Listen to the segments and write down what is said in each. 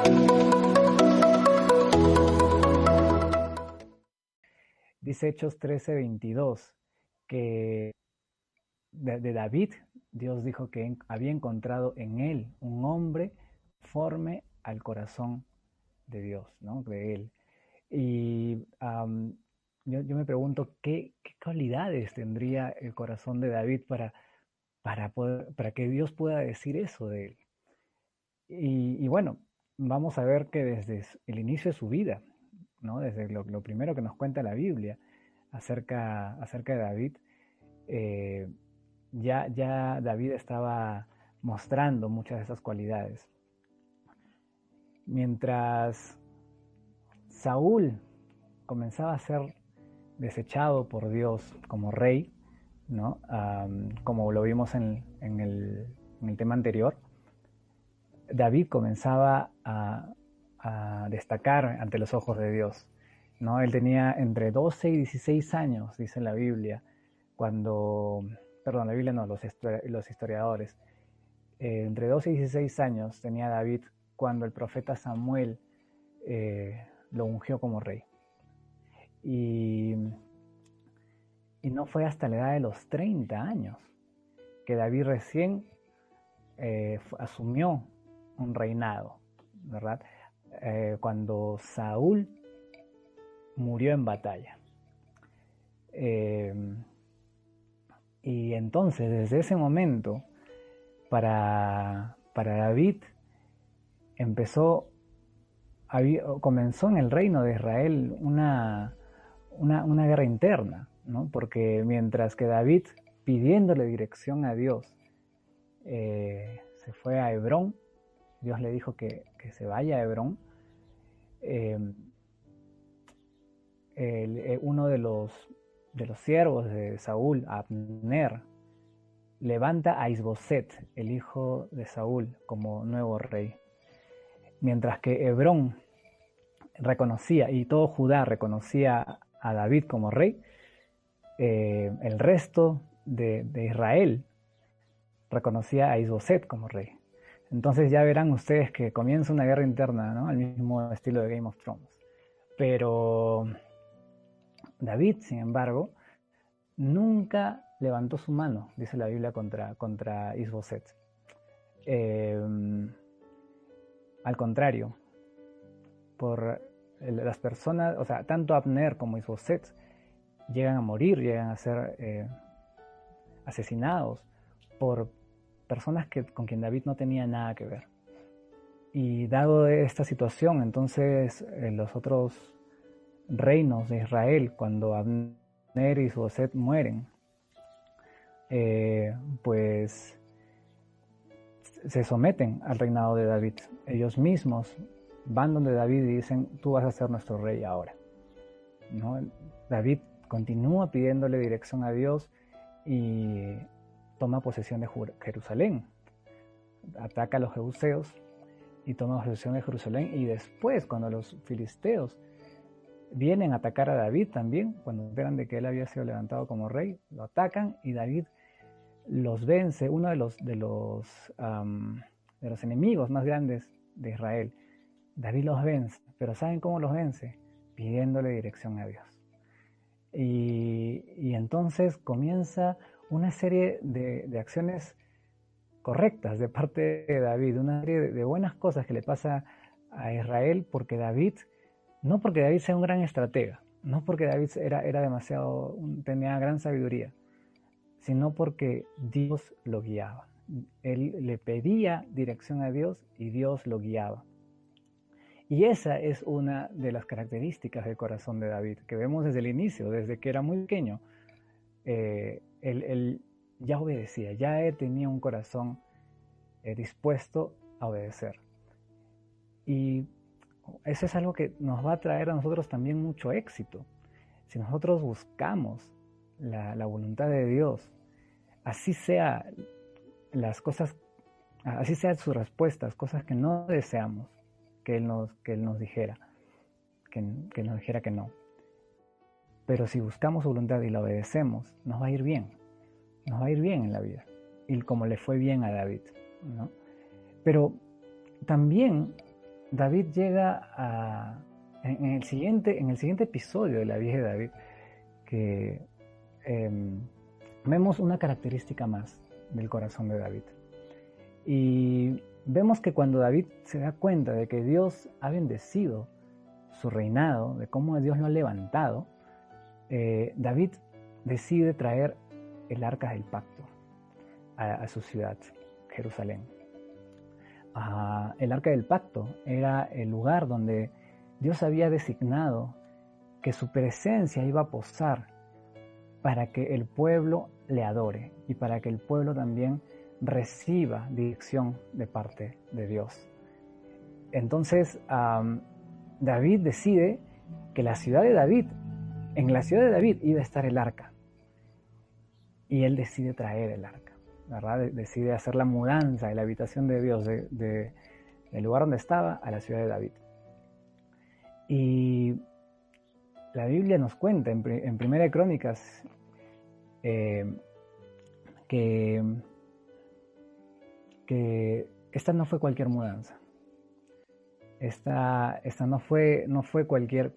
Dice Hechos 13:22 que de David, Dios dijo que había encontrado en él un hombre conforme al corazón de Dios, ¿no? De él. Y yo me pregunto qué cualidades tendría el corazón de David para que Dios pueda decir eso de él. Y bueno, vamos a ver que desde el inicio de su vida, ¿no? Desde lo primero que nos cuenta la Biblia acerca de David, eh, ya David estaba mostrando muchas de esas cualidades. Mientras Saúl comenzaba a ser desechado por Dios como rey, ¿no? Como lo vimos en el tema anterior, David comenzaba a destacar ante los ojos de Dios, ¿no? Él tenía entre 12 y 16 años, dice la Biblia, la Biblia no, los historiadores, entre 12 y 16 años tenía David cuando el profeta Samuel lo ungió como rey. Y no fue hasta la edad de los 30 años que David recién asumió un reinado, ¿verdad? Cuando Saúl murió en batalla. Y entonces, desde ese momento, para David, comenzó en el reino de Israel una guerra interna, ¿no? Porque mientras que David, pidiéndole dirección a Dios, se fue a Hebrón, Dios le dijo que se vaya a Hebrón, uno de los siervos de Saúl, Abner, levanta a Isboset, el hijo de Saúl, como nuevo rey. Mientras que Hebrón reconocía, y todo Judá reconocía a David como rey, el resto de Israel reconocía a Isboset como rey. Entonces ya verán ustedes que comienza una guerra interna, ¿no? Al mismo estilo de Game of Thrones. Pero David, sin embargo, nunca levantó su mano, dice la Biblia, contra Isboset. Al contrario, por las personas, o sea, tanto Abner como Isboset llegan a morir, llegan a ser asesinados por personas con quien David no tenía nada que ver. Y dado esta situación, entonces los otros reinos de Israel, cuando Abner y Isboset mueren, pues se someten al reinado de David. Ellos mismos van donde David y dicen: tú vas a ser nuestro rey ahora, ¿no? David continúa pidiéndole dirección a Dios y toma posesión de Jerusalén, ataca a los jebuseos y toma posesión de Jerusalén. Y después, cuando los filisteos vienen a atacar a David también, cuando esperan de que él había sido levantado como rey, lo atacan y David los vence, uno de los enemigos más grandes de Israel. David los vence, pero ¿saben cómo los vence? Pidiéndole dirección a Dios. Y entonces comienza una serie de acciones correctas de parte de David, una serie de buenas cosas que le pasa a Israel, porque David, no porque David sea un gran estratega, no porque David tenía gran sabiduría, sino porque Dios lo guiaba. Él le pedía dirección a Dios y Dios lo guiaba. Y esa es una de las características del corazón de David, que vemos desde el inicio, desde que era muy pequeño. Él ya obedecía, ya él tenía un corazón dispuesto a obedecer. Y eso es algo que nos va a traer a nosotros también mucho éxito. Si nosotros buscamos la voluntad de Dios, así sea las cosas, así sean sus respuestas, cosas que no deseamos que Él nos dijera, que nos dijera que no. Pero si buscamos su voluntad y la obedecemos, nos va a ir bien en la vida, y como le fue bien a David, ¿no? Pero también David llega en el siguiente episodio de la vida de David, que vemos una característica más del corazón de David. Y vemos que cuando David se da cuenta de que Dios ha bendecido su reinado, de cómo Dios lo ha levantado, David decide traer el arca del pacto a su ciudad, Jerusalén. El arca del pacto era el lugar donde Dios había designado que su presencia iba a posar para que el pueblo le adore y para que el pueblo también reciba dirección de parte de Dios. Entonces David decide que en la ciudad de David iba a estar el arca, y él decide traer el arca, ¿verdad? Decide hacer la mudanza de la habitación de Dios del lugar donde estaba a la ciudad de David. Y la Biblia nos cuenta en Primera de Crónicas que esta no fue cualquier mudanza. Esta no fue cualquier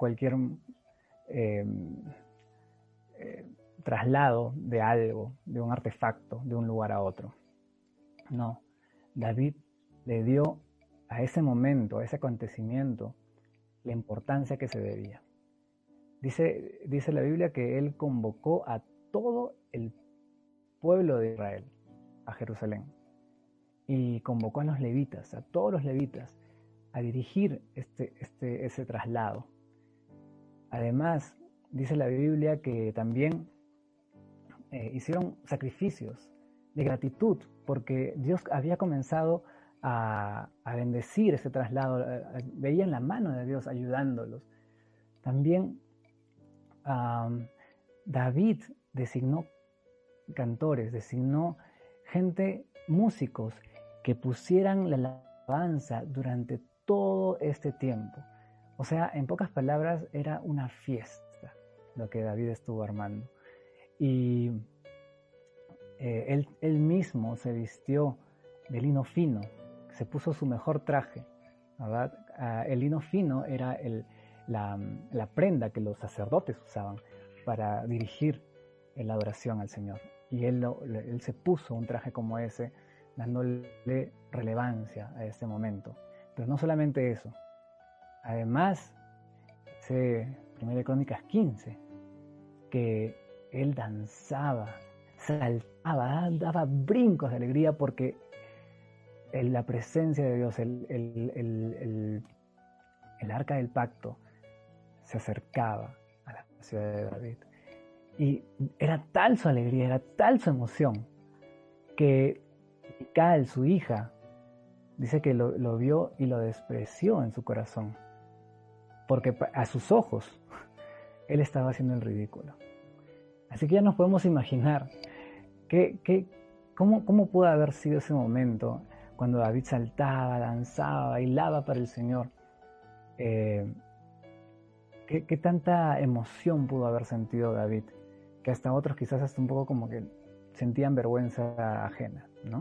traslado de algo, de un artefacto, de un lugar a otro. No, David le dio a ese momento, a ese acontecimiento, la importancia que se debía. Dice la Biblia que él convocó a todo el pueblo de Israel a Jerusalén, y convocó a los levitas, a todos los levitas, a dirigir ese traslado. Además, dice la Biblia que también hicieron sacrificios de gratitud, porque Dios había comenzado a bendecir ese traslado, veían la mano de Dios ayudándolos. También David designó cantores, designó gente, músicos, que pusieran la alabanza durante todo este tiempo. O sea, en pocas palabras, era una fiesta lo que David estuvo armando. Y él mismo se vistió de lino fino, se puso su mejor traje, ¿verdad? El lino fino era la prenda que los sacerdotes usaban para dirigir la adoración al Señor. Y él se puso un traje como ese, dándole relevancia a este momento. Pero no solamente eso. Además, dice 1 Crónicas 15, que él danzaba, saltaba, daba brincos de alegría porque la presencia de Dios, el arca del pacto, se acercaba a la ciudad de David. Y era tal su alegría, era tal su emoción, que Mical, su hija, dice que lo vio y lo despreció en su corazón, porque a sus ojos él estaba haciendo el ridículo. Así que ya nos podemos imaginar cómo pudo haber sido ese momento cuando David saltaba, danzaba, bailaba para el Señor. ¿Qué tanta emoción pudo haber sentido David? Que hasta otros quizás hasta un poco como que sentían vergüenza ajena, ¿no?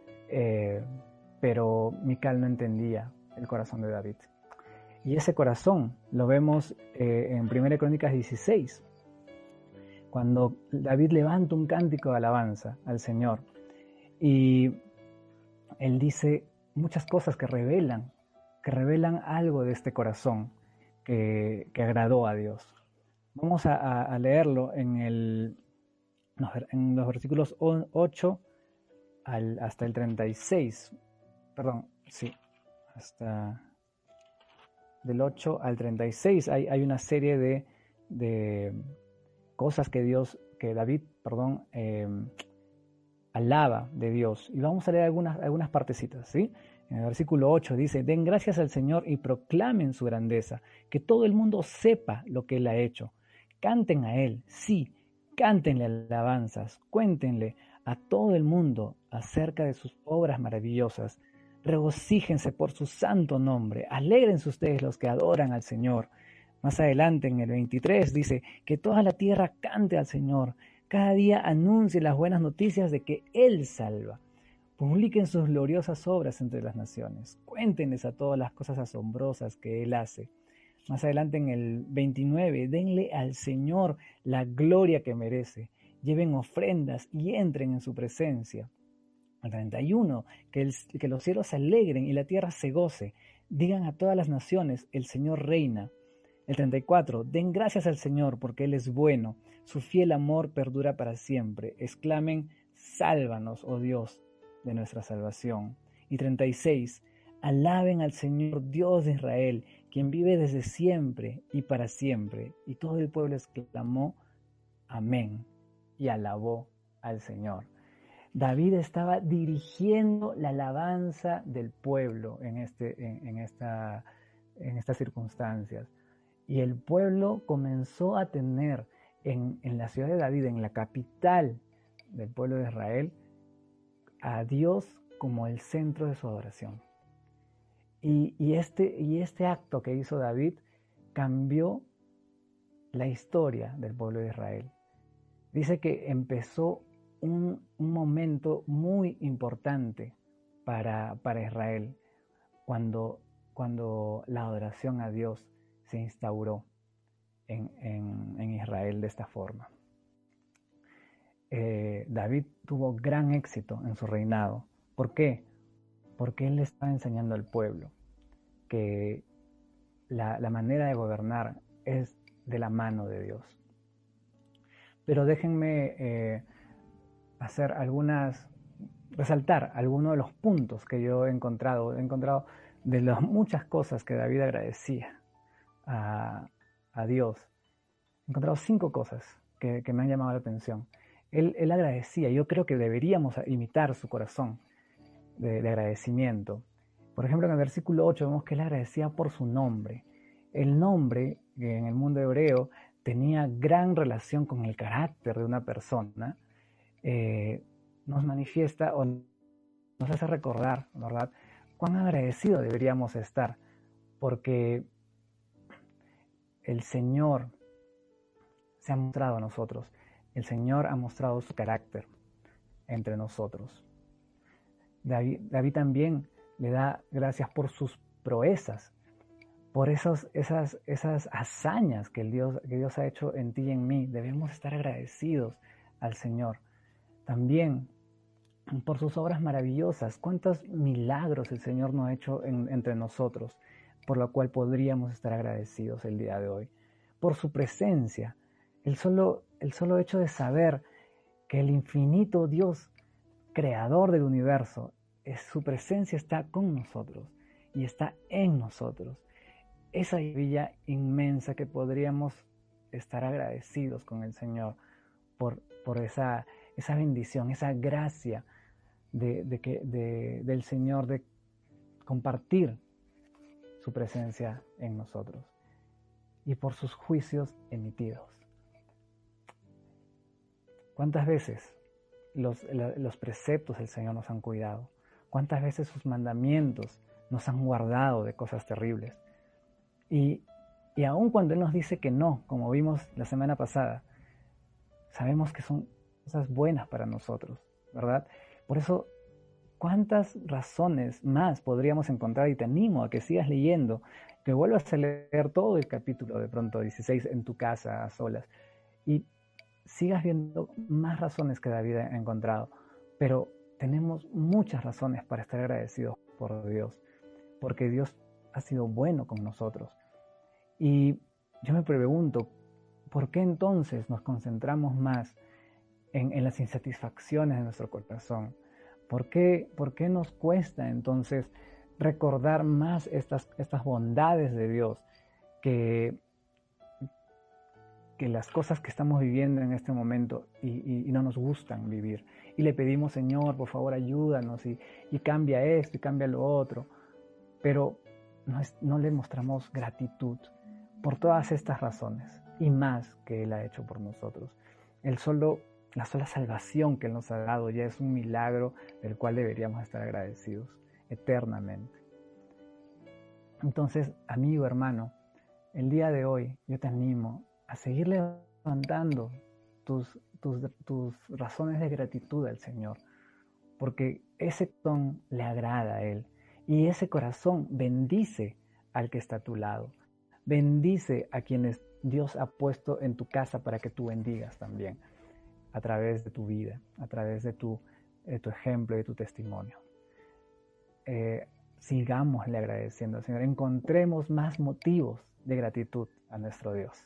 Pero Mical no entendía el corazón de David. Y ese corazón lo vemos en 1 Crónicas 16, cuando David levanta un cántico de alabanza al Señor. Y él dice muchas cosas que revelan algo de este corazón que agradó a Dios. Vamos a leerlo en los versículos 8 hasta el 36. Perdón, sí, hasta del 8 al 36 hay una serie de cosas que David alaba de Dios. Y vamos a leer algunas partecitas, ¿sí? En el versículo 8 dice: den gracias al Señor y proclamen su grandeza, que todo el mundo sepa lo que Él ha hecho. Canten a Él, sí, cántenle alabanzas, cuéntenle a todo el mundo acerca de sus obras maravillosas. Regocíjense por su santo nombre, alégrense ustedes los que adoran al Señor. Más adelante en el 23 dice: que toda la tierra cante al Señor, cada día anuncie las buenas noticias de que Él salva. Publiquen sus gloriosas obras entre las naciones. Cuéntenles a todas las cosas asombrosas que Él hace. Más adelante en el 29, denle al Señor la gloria que merece. Lleven ofrendas y entren en su presencia. El 31, que los cielos se alegren y la tierra se goce. Digan a todas las naciones, el Señor reina. El 34, den gracias al Señor porque Él es bueno. Su fiel amor perdura para siempre. Exclamen, sálvanos, oh Dios, de nuestra salvación. Y 36, alaben al Señor Dios de Israel, quien vive desde siempre y para siempre. Y todo el pueblo exclamó, amén, y alabó al Señor. David estaba dirigiendo la alabanza del pueblo en estas circunstancias. Y el pueblo comenzó a tener en la ciudad de David, en la capital del pueblo de Israel, a Dios como el centro de su adoración. Y este acto que hizo David cambió la historia del pueblo de Israel. Dice que empezó un momento muy importante para Israel cuando la adoración a Dios se instauró en Israel de esta forma. David tuvo gran éxito en su reinado. ¿Por qué? Porque él le estaba enseñando al pueblo que la manera de gobernar es de la mano de Dios. Pero déjenme resaltar algunos de los puntos que yo he encontrado de las muchas cosas que David agradecía a Dios. He encontrado 5 cosas que me han llamado la atención. Él agradecía, yo creo que deberíamos imitar su corazón de agradecimiento. Por ejemplo, en el versículo 8 vemos que él agradecía por su nombre. El nombre, que en el mundo hebreo tenía gran relación con el carácter de una persona, nos manifiesta o nos hace recordar, ¿verdad?, cuán agradecidos deberíamos estar, porque el Señor se ha mostrado a nosotros. El Señor ha mostrado su carácter entre nosotros. David también le da gracias por sus proezas, por esas hazañas que Dios ha hecho en ti y en mí. Debemos estar agradecidos al Señor. También por sus obras maravillosas. Cuántos milagros el Señor nos ha hecho entre nosotros, por lo cual podríamos estar agradecidos el día de hoy. Por su presencia. El solo hecho de saber que el infinito Dios, creador del universo, su presencia está con nosotros y está en nosotros. Esa maravilla inmensa que podríamos estar agradecidos con el Señor por esa bendición, esa gracia del Señor de compartir su presencia en nosotros, y por sus juicios emitidos. ¿Cuántas veces los preceptos del Señor nos han cuidado? ¿Cuántas veces sus mandamientos nos han guardado de cosas terribles? Y aun cuando Él nos dice que no, como vimos la semana pasada, sabemos que son cosas buenas para nosotros, ¿verdad? Por eso, ¿cuántas razones más podríamos encontrar? Y te animo a que sigas leyendo, que vuelvas a leer todo el capítulo, de pronto 16, en tu casa, a solas, y sigas viendo más razones que David ha encontrado. Pero tenemos muchas razones para estar agradecidos por Dios, porque Dios ha sido bueno con nosotros. Y yo me pregunto, ¿por qué entonces nos concentramos más en las insatisfacciones de nuestro corazón? ¿Por qué nos cuesta entonces recordar más estas bondades de Dios que las cosas que estamos viviendo en este momento y no nos gustan vivir? Y le pedimos, Señor, por favor, ayúdanos y cambia esto y cambia lo otro. Pero no le mostramos gratitud por todas estas razones y más que Él ha hecho por nosotros. La sola salvación que Él nos ha dado ya es un milagro del cual deberíamos estar agradecidos eternamente. Entonces, amigo, hermano, el día de hoy yo te animo a seguir levantando tus razones de gratitud al Señor porque ese corazón le agrada a Él y ese corazón bendice al que está a tu lado, bendice a quienes Dios ha puesto en tu casa para que tú bendigas también a través de tu vida, a través de tu ejemplo y de tu testimonio. Sigámosle agradeciendo al Señor, encontremos más motivos de gratitud a nuestro Dios.